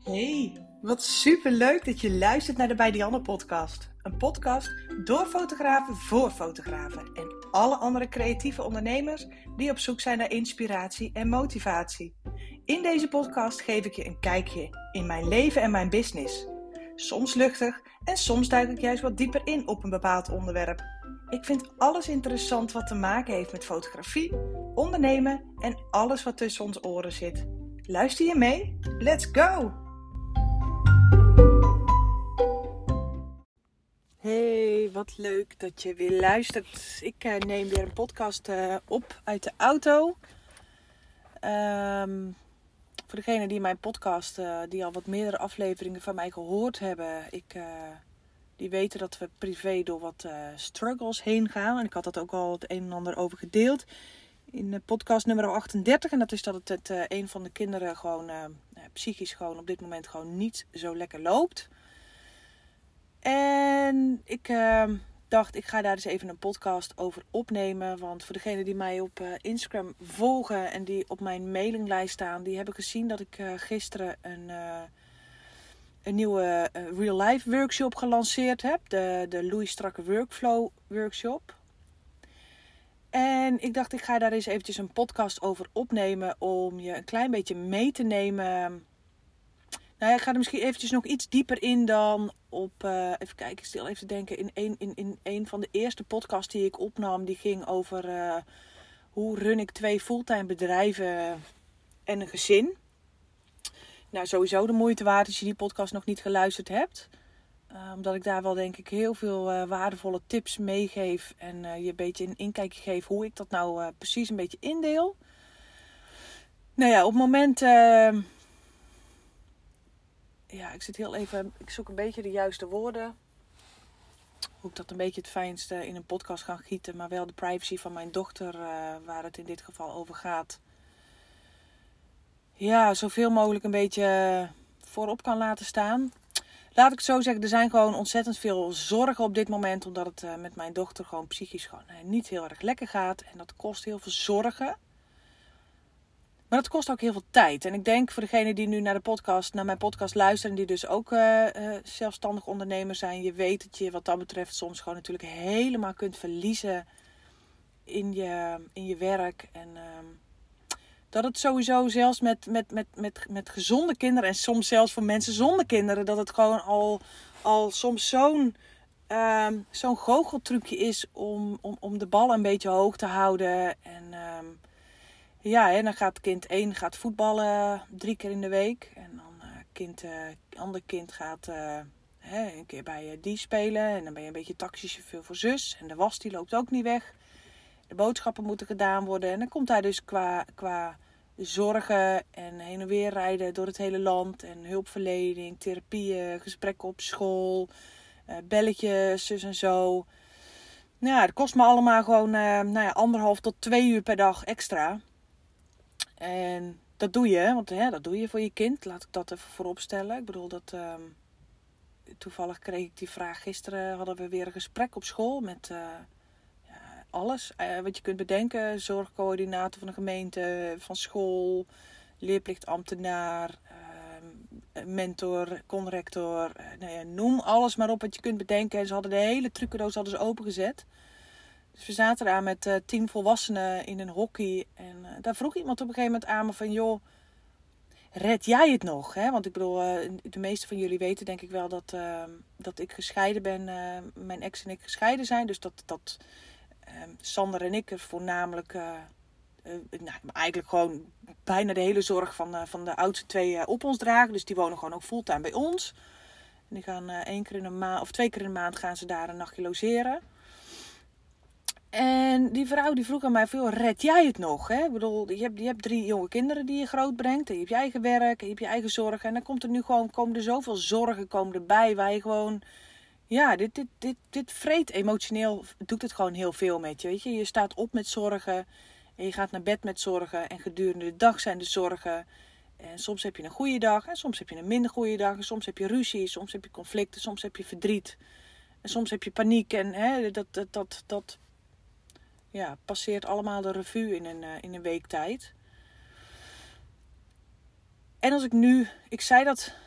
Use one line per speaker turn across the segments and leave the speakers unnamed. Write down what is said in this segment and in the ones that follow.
Hey, wat superleuk dat je luistert naar de Bij Dianne podcast. Een podcast door fotografen voor fotografen en alle andere creatieve ondernemers die op zoek zijn naar inspiratie en motivatie. In deze podcast geef ik je een kijkje in mijn leven en mijn business. Soms luchtig en soms duik ik juist wat dieper in op een bepaald onderwerp. Ik vind alles interessant wat te maken heeft met fotografie, ondernemen en alles wat tussen ons oren zit. Luister je mee? Let's go! Hey, wat leuk dat je weer luistert. Ik neem weer een podcast op uit de auto. Voor degenen die mijn podcast, die al wat meerdere afleveringen van mij gehoord hebben. Die weten dat we privé door wat struggles heen gaan. En ik had dat ook al het een en ander over gedeeld. In podcast nummer 38. En dat is dat het een van de kinderen gewoon psychisch gewoon op dit moment gewoon niet zo lekker loopt. En ik dacht, ik ga daar eens even een podcast over opnemen. Want voor degenen die mij op Instagram volgen en die op mijn mailinglijst staan, die hebben gezien dat ik gisteren een nieuwe real life workshop gelanceerd heb. De Louis Strakke Workflow workshop. En ik dacht, ik ga daar eens eventjes een podcast over opnemen om je een klein beetje mee te nemen. Nou ja, ik ga er misschien eventjes nog iets dieper in dan op... even kijken, ik stil even te denken. In een van de eerste podcasts die ik opnam, die ging over hoe run ik 2 fulltime bedrijven en een gezin. Nou, sowieso de moeite waard als je die podcast nog niet geluisterd hebt. Omdat ik daar wel denk ik heel veel waardevolle tips meegeef. En je een beetje een inkijkje geef hoe ik dat nou precies een beetje indeel. Nou ja, op het moment... ik zit heel even... Ik zoek een beetje de juiste woorden. Hoe ik dat een beetje het fijnste in een podcast kan gieten. Maar wel de privacy van mijn dochter, waar het in dit geval over gaat. Ja, zoveel mogelijk een beetje voorop kan laten staan. Laat ik het zo zeggen, er zijn gewoon ontzettend veel zorgen op dit moment. Omdat het met mijn dochter gewoon psychisch gewoon niet heel erg lekker gaat. En dat kost heel veel zorgen. Maar dat kost ook heel veel tijd. En ik denk voor degenen die nu naar mijn podcast luisteren, die dus ook zelfstandig ondernemer zijn. Je weet dat je wat dat betreft soms gewoon natuurlijk helemaal kunt verliezen in je werk. En dat het sowieso zelfs met gezonde kinderen en soms zelfs voor mensen zonder kinderen, dat het gewoon al soms zo'n goocheltrucje is om de bal een beetje hoog te houden. En dan gaat kind 1 gaat voetballen 3 keer in de week. En dan ander kind gaat een keer bij die spelen. En dan ben je een beetje taxichauffeur voor zus. En de was die loopt ook niet weg. De boodschappen moeten gedaan worden. En dan komt hij dus qua zorgen en heen en weer rijden door het hele land. En hulpverlening, therapieën, gesprekken op school, belletjes, zus en zo. Nou ja, het kost me allemaal gewoon 1,5 tot 2 uur per dag extra. En dat doe je, want dat doe je voor je kind. Laat ik dat even voorop stellen. Ik bedoel, toevallig kreeg ik die vraag. Gisteren hadden we weer een gesprek op school met alles wat je kunt bedenken. Zorgcoördinator van de gemeente, van school, leerplichtambtenaar, mentor, conrector. Noem alles maar op wat je kunt bedenken. En ze hadden de hele trucendoos opengezet. Dus we zaten daar met 10 volwassenen in een hockey. En daar vroeg iemand op een gegeven moment aan me van... joh, red jij het nog? Hè? Want ik bedoel, de meeste van jullie weten denk ik wel dat ik gescheiden ben. Mijn ex en ik gescheiden zijn. Dus dat Sander en ik er voornamelijk... eigenlijk gewoon bijna de hele zorg van de oudste 2 op ons dragen. Dus die wonen gewoon ook fulltime bij ons. En die gaan 1 keer in de maand of 2 keer in de maand gaan ze daar een nachtje logeren. En die vrouw die vroeg aan mij veel, red jij het nog? Hè? Ik bedoel, je hebt 3 jonge kinderen die je groot brengt. En je hebt je eigen werk, en je hebt je eigen zorgen. En dan komen er zoveel zorgen erbij waar je gewoon... Ja, dit vreet emotioneel, doet het gewoon heel veel met je. Weet je? Je staat op met zorgen en je gaat naar bed met zorgen. En gedurende de dag zijn de zorgen. En soms heb je een goede dag en soms heb je een minder goede dag. En soms heb je ruzie, soms heb je conflicten, soms heb je verdriet. En soms heb je paniek. En dat passeert allemaal de revue in een week tijd. En als ik zei dat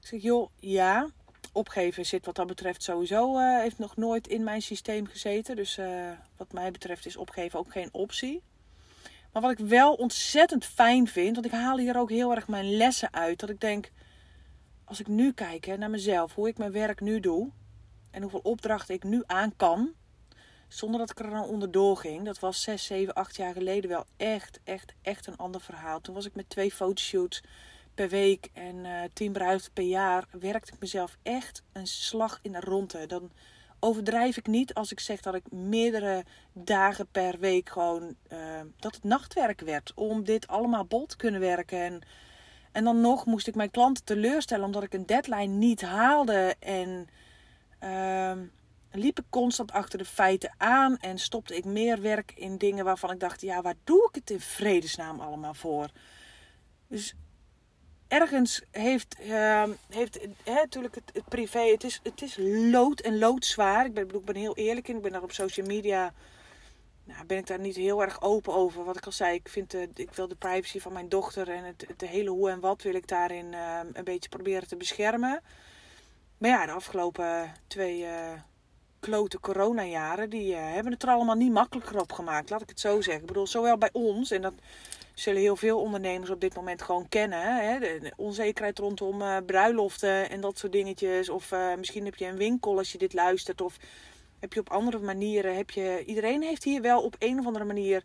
zeg, joh, ja, opgeven zit wat dat betreft sowieso, heeft nog nooit in mijn systeem gezeten. Dus wat mij betreft is opgeven ook geen optie. Maar wat ik wel ontzettend fijn vind, want ik haal hier ook heel erg mijn lessen uit. Dat ik denk, als ik nu kijk naar mezelf, hoe ik mijn werk nu doe en hoeveel opdrachten ik nu aan kan, zonder dat ik er dan onderdoor ging. Dat was 6, 7, 8 jaar geleden wel echt een ander verhaal. Toen was ik met 2 fotoshoots per week en 10 bruiloften per jaar. Werkte ik mezelf echt een slag in de ronde. Dan overdrijf ik niet als ik zeg dat ik meerdere dagen per week gewoon dat het nachtwerk werd. Om dit allemaal bol te kunnen werken. En dan nog moest ik mijn klanten teleurstellen omdat ik een deadline niet haalde. En liep ik constant achter de feiten aan. En stopte ik meer werk in dingen waarvan ik dacht, ja, waar doe ik het in vredesnaam allemaal voor? Dus ergens heeft natuurlijk het privé, het is loodzwaar. Ik ben heel eerlijk in. Ik ben daar op social media, ben ik daar niet heel erg open over. Wat ik al zei, ik wil de privacy van mijn dochter en de hele hoe en wat wil ik daarin een beetje proberen te beschermen. Maar ja, de afgelopen 2 klote coronajaren, die hebben het er allemaal niet makkelijker op gemaakt. Laat ik het zo zeggen. Ik bedoel, zowel bij ons, en dat zullen heel veel ondernemers op dit moment gewoon kennen. Hè? De onzekerheid rondom bruiloften en dat soort dingetjes. Of misschien heb je een winkel als je dit luistert. Of heb je op andere manieren. Iedereen heeft hier wel op een of andere manier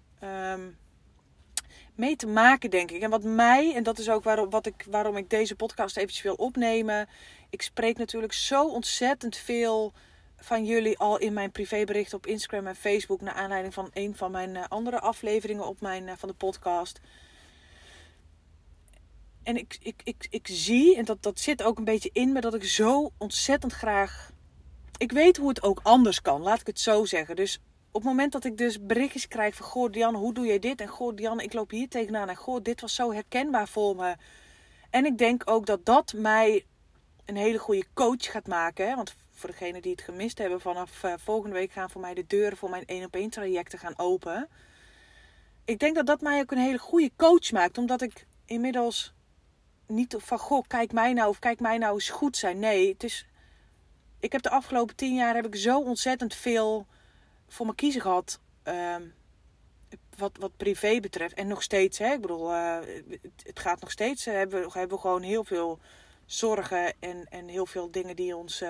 mee te maken, denk ik. En wat mij, en dat is ook waarom ik deze podcast eventjes wil opnemen. Ik spreek natuurlijk zo ontzettend veel van jullie al in mijn privéberichten op Instagram en Facebook, naar aanleiding van een van mijn andere afleveringen van de podcast. En ik zie, en dat zit ook een beetje in me, dat ik zo ontzettend graag... Ik weet hoe het ook anders kan, laat ik het zo zeggen. Dus op het moment dat ik dus berichtjes krijg van, goh Dianne, hoe doe jij dit? En goh Dianne, ik loop hier tegenaan. En goh, dit was zo herkenbaar voor me. En ik denk ook dat mij een hele goede coach gaat maken. Hè? Want voor degenen die het gemist hebben, vanaf volgende week gaan voor mij de deuren voor mijn 1-op-1 trajecten gaan open. Ik denk dat mij ook een hele goede coach maakt. Omdat ik inmiddels niet van, goh, kijk mij nou eens goed zijn. Nee, ik heb de afgelopen 10 jaar heb ik zo ontzettend veel voor mijn kiezen gehad. Wat privé betreft. En nog steeds, hè. Ik bedoel, het gaat nog steeds. Hebben we gewoon heel veel zorgen en heel veel dingen die ons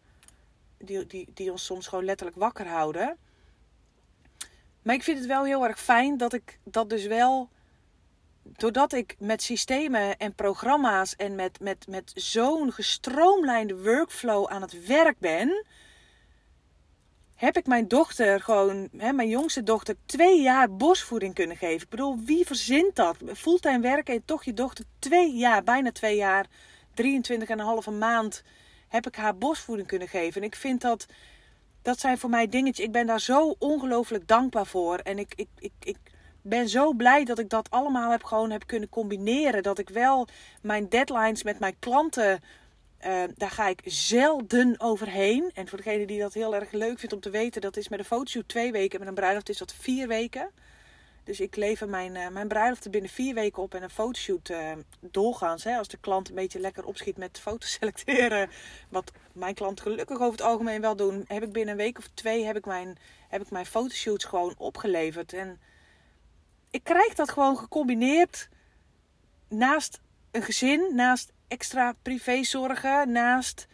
soms gewoon letterlijk wakker houden. Maar ik vind het wel heel erg fijn dat ik dat dus wel, doordat ik met systemen en programma's en met zo'n gestroomlijnde workflow aan het werk ben, heb ik mijn dochter gewoon, mijn jongste dochter, 2 jaar borstvoeding kunnen geven. Ik bedoel, wie verzint dat? Fulltime werken en toch je dochter 2 jaar, bijna 2 jaar, 23,5 maand heb ik haar borstvoeding kunnen geven. En ik vind dat zijn voor mij dingetjes. Ik ben daar zo ongelooflijk dankbaar voor. En ik ben zo blij dat ik dat allemaal heb kunnen combineren. Dat ik wel mijn deadlines met mijn klanten, daar ga ik zelden overheen. En voor degene die dat heel erg leuk vindt om te weten, dat is met een fotoshoot 2 weken. Met een bruiloft is dat 4 weken. Dus ik lever mijn bruiloften binnen 4 weken op en een fotoshoot doorgaans. Hè, als de klant een beetje lekker opschiet met foto's selecteren. Wat mijn klanten gelukkig over het algemeen wel doen. Heb ik binnen een week of 2 heb ik mijn fotoshoots gewoon opgeleverd. En ik krijg dat gewoon gecombineerd naast een gezin, naast extra privézorgen, naast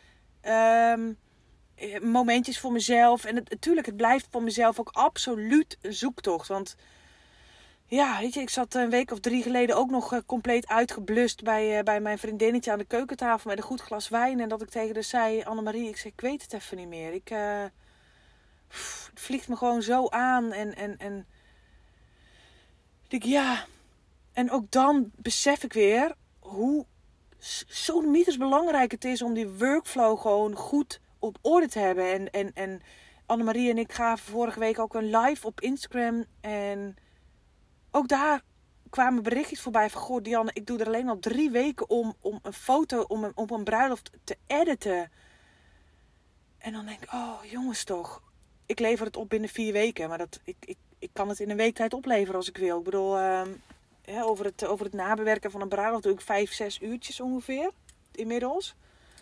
momentjes voor mezelf. En natuurlijk, het blijft voor mezelf ook absoluut een zoektocht. Want ja, weet je, ik zat een week of 3 geleden ook nog compleet uitgeblust bij mijn vriendinnetje aan de keukentafel met een goed glas wijn. En dat ik tegen haar zei, Annemarie, ik weet het even niet meer. Het vliegt me gewoon zo aan. En ik ja. En ook dan besef ik weer hoe zo mythisch belangrijk het is om die workflow gewoon goed op orde te hebben. En Annemarie en ik gaven vorige week ook een live op Instagram. En ook daar kwamen berichtjes voorbij van, goh Dianne, ik doe er alleen al 3 weken om een foto, om een bruiloft te editen. En dan denk ik, oh jongens toch, ik lever het op binnen 4 weken. Maar ik kan het in een week tijd opleveren als ik wil. Ik bedoel, over het nabewerken van een bruiloft doe ik 5-6 uurtjes ongeveer. inmiddels.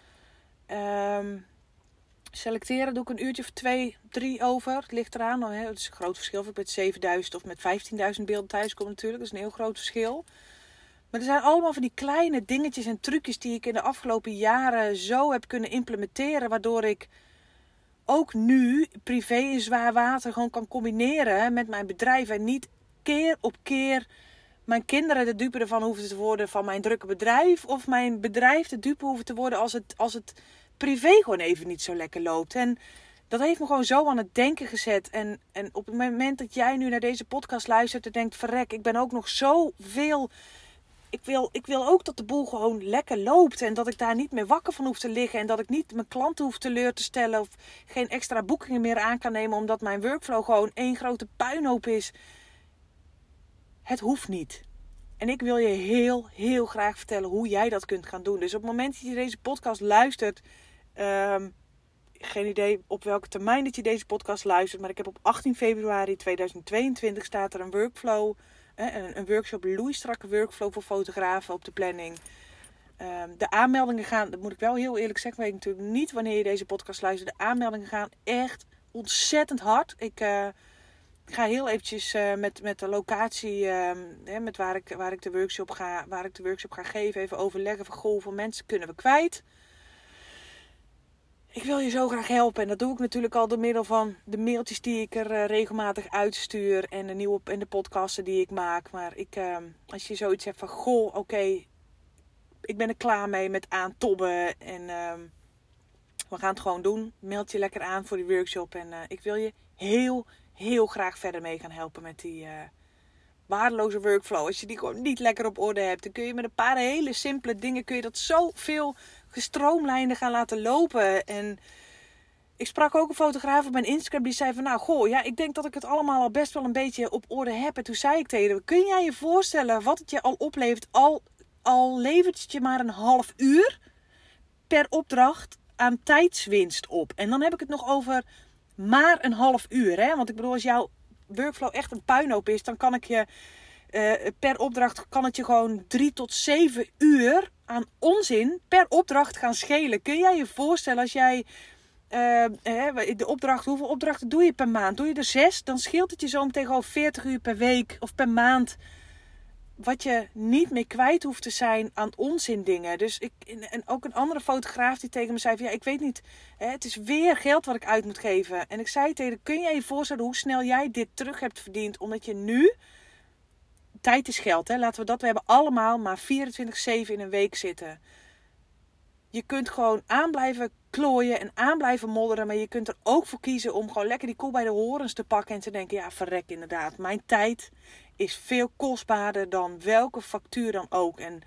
Selecteren doe ik een uurtje of 2, 3 over. Het ligt eraan. Het is een groot verschil of ik met 7000 of met 15.000 beelden thuis kom natuurlijk. Dat is een heel groot verschil. Maar er zijn allemaal van die kleine dingetjes en trucjes die ik in de afgelopen jaren zo heb kunnen implementeren. Waardoor ik ook nu privé in zwaar water gewoon kan combineren met mijn bedrijf. En niet keer op keer mijn kinderen de dupe ervan hoeven te worden van mijn drukke bedrijf. Of mijn bedrijf de dupe hoeven te worden als het privé gewoon even niet zo lekker loopt. En dat heeft me gewoon zo aan het denken gezet. En op het moment dat jij nu naar deze podcast luistert en denkt, verrek, ik ben ook nog zoveel. Ik wil ook dat de boel gewoon lekker loopt. En dat ik daar niet meer wakker van hoef te liggen. En dat ik niet mijn klanten hoef teleur te stellen. Of geen extra boekingen meer aan kan nemen. Omdat mijn workflow gewoon één grote puinhoop is. Het hoeft niet. En ik wil je heel, heel graag vertellen hoe jij dat kunt gaan doen. Dus op het moment dat je deze podcast luistert. Geen idee op welke termijn dat je deze podcast luistert. Maar ik heb op 18 februari 2022 staat er een workflow. Een workshop, loeistrakke workflow voor fotografen op de planning. De aanmeldingen gaan, dat moet ik wel heel eerlijk zeggen, weet ik natuurlijk niet wanneer je deze podcast luistert. De aanmeldingen gaan echt ontzettend hard. Ik ga heel eventjes met de locatie, met waar ik de workshop ga geven, even overleggen van hoeveel mensen kunnen we kwijt. Ik wil je zo graag helpen en dat doe ik natuurlijk al door middel van de mailtjes die ik er regelmatig uitstuur en de podcasten die ik maak. Maar als je zoiets hebt van, oké, ik ben er klaar mee met aantobben en we gaan het gewoon doen. Meld je lekker aan voor die workshop en ik wil je heel, heel graag verder mee gaan helpen met die waardeloze workflow. Als je die gewoon niet lekker op orde hebt, dan kun je met een paar hele simpele dingen kun je dat zoveel gestroomlijnder gaan laten lopen. En ik sprak ook een fotograaf op mijn Instagram die zei van ik denk dat ik het allemaal al best wel een beetje op orde heb. En toen zei ik tegen hem, kun jij je voorstellen wat het je al oplevert, al levert het je maar een half uur per opdracht aan tijdswinst op. En dan heb ik het nog over maar een half uur. Hè? Want ik bedoel, als jouw workflow echt een puinhoop is, dan kan ik je per opdracht kan het je gewoon 3 tot 7 uur aan onzin per opdracht gaan schelen. Kun jij je voorstellen als jij hoeveel opdrachten doe je per maand? Doe je er 6, dan scheelt het je zo meteen gewoon 40 uur per week of per maand. Wat je niet meer kwijt hoeft te zijn aan onzin dingen. Dus en ook een andere fotograaf die tegen me zei van, ik weet niet, het is weer geld wat ik uit moet geven. En ik zei tegen hem, kun jij je voorstellen hoe snel jij dit terug hebt verdiend? Omdat je nu, tijd is geld, laten we hebben allemaal maar 24/7 in een week zitten. Je kunt gewoon aan blijven klooien en aan blijven modderen. Maar je kunt er ook voor kiezen om gewoon lekker die koe bij de horens te pakken. En te denken, ja verrek inderdaad. Mijn tijd is veel kostbaarder dan welke factuur dan ook. En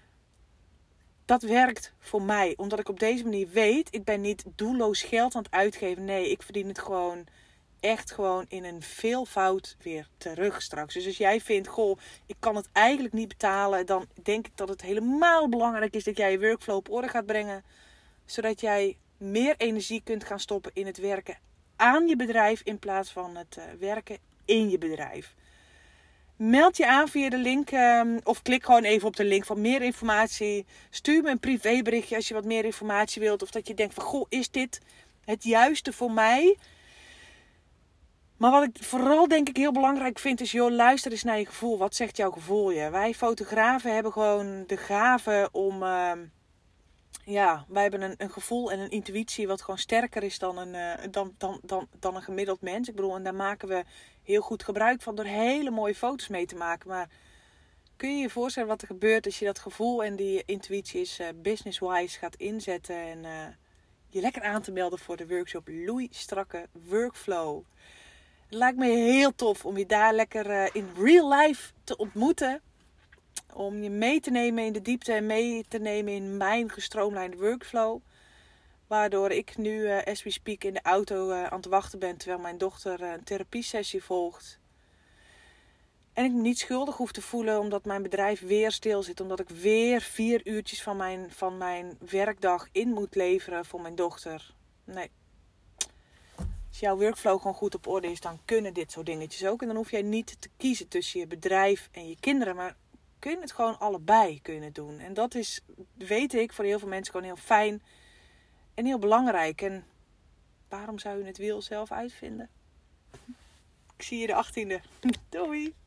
dat werkt voor mij. Omdat ik op deze manier weet, ik ben niet doelloos geld aan het uitgeven. Nee, ik verdien het gewoon echt gewoon in een veelvoud weer terug straks. Dus als jij vindt, ik kan het eigenlijk niet betalen, dan denk ik dat het helemaal belangrijk is dat jij je workflow op orde gaat brengen. Zodat jij meer energie kunt gaan stoppen in het werken aan je bedrijf in plaats van het werken in je bedrijf. Meld je aan via de link of klik gewoon even op de link van meer informatie. Stuur me een privéberichtje als je wat meer informatie wilt. Of dat je denkt van, is dit het juiste voor mij? Maar wat ik vooral denk ik heel belangrijk vind is, luister eens naar je gevoel. Wat zegt jouw gevoel je? Wij fotografen hebben gewoon de gave om, wij hebben een gevoel en een intuïtie wat gewoon sterker is dan een gemiddeld mens. Ik bedoel, en daar maken we heel goed gebruik van door hele mooie foto's mee te maken. Maar kun je je voorstellen wat er gebeurt als je dat gevoel en die intuïtie is business-wise gaat inzetten en je lekker aan te melden voor de workshop Loeistrakke Workflow. Het lijkt me heel tof om je daar lekker in real life te ontmoeten. Om je mee te nemen in de diepte en mee te nemen in mijn gestroomlijnde workflow. Waardoor ik nu, as we speak, in de auto aan het wachten ben terwijl mijn dochter een therapiesessie volgt. En ik me niet schuldig hoef te voelen omdat mijn bedrijf weer stil zit. Omdat ik weer 4 uurtjes van mijn werkdag in moet leveren voor mijn dochter. Nee. Als jouw workflow gewoon goed op orde is, dan kunnen dit soort dingetjes ook. En dan hoef jij niet te kiezen tussen je bedrijf en je kinderen. Maar kun je het gewoon allebei kunnen doen. En dat is, weet ik, voor heel veel mensen gewoon heel fijn en heel belangrijk. En waarom zou je het wiel zelf uitvinden? Ik zie je de 18e. Doei!